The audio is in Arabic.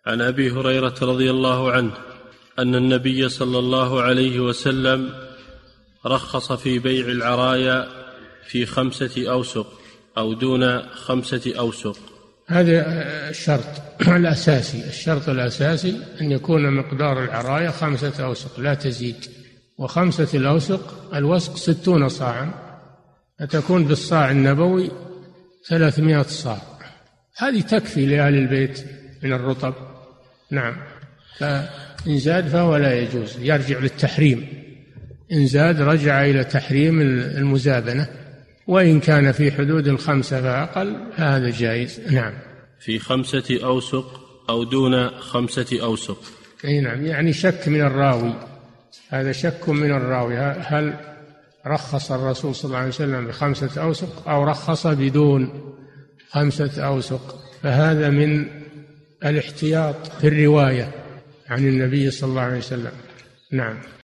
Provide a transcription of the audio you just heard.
عن أبي هريرة رضي الله عنه أن النبي صلى الله عليه وسلم رخص في بيع العرايا في 5 أوسق أو دون 5 أوسق. هذا الشرط الأساسي أن يكون مقدار العرايا 5 أوسق لا تزيد، و5 الأوسق الوسق 60 صاعا، فتكون بالصاع النبوي 300 صاع. هذه تكفي لأهل البيت من الرطب. نعم. فإن زاد فهو لا يجوز، يرجع للتحريم. إن زاد رجع إلى تحريم المزابنة، وإن كان في حدود 5 فأقل هذا جائز. نعم. في 5 أوسق أو دون 5 أوسق. أي نعم، يعني شك من الراوي، هذا شك من الراوي، هل رخص الرسول صلى الله عليه وسلم ب5 أوسق أو رخص بدون 5 أوسق؟ فهذا من الاحتياط في الرواية عن النبي صلى الله عليه وسلم. نعم.